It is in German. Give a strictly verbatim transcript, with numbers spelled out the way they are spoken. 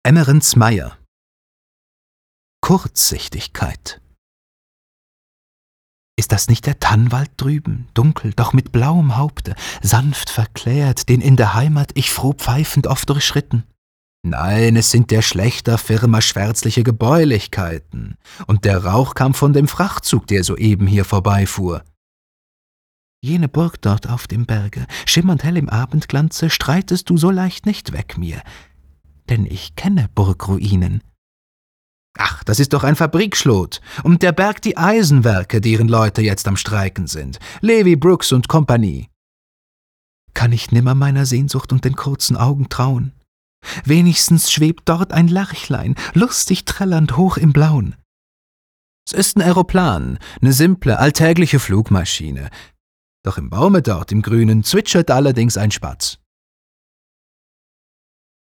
Emmerens Meyer. Kurzsichtigkeit. Ist das nicht der Tannwald drüben, dunkel, doch mit blauem Haupte, sanft verklärt, den in der Heimat ich froh pfeifend oft durchschritten? Nein, es sind der schlechter Firma schwärzliche Gebäulichkeiten, und der Rauch kam von dem Frachtzug, der soeben hier vorbeifuhr. Jene Burg dort auf dem Berge, schimmernd hell im Abendglanze, streitest du so leicht nicht weg mir, denn ich kenne Burgruinen. Ach, das ist doch ein Fabrikschlot. Und der Berg die Eisenwerke, deren Leute jetzt am Streiken sind. Levi Brooks und Kompanie. Kann ich nimmer meiner Sehnsucht und den kurzen Augen trauen? Wenigstens schwebt dort ein Lerchlein, lustig trällernd hoch im Blauen. Es ist ein Aeroplan, ne simple, alltägliche Flugmaschine. Doch im Baume dort im Grünen zwitschert allerdings ein Spatz.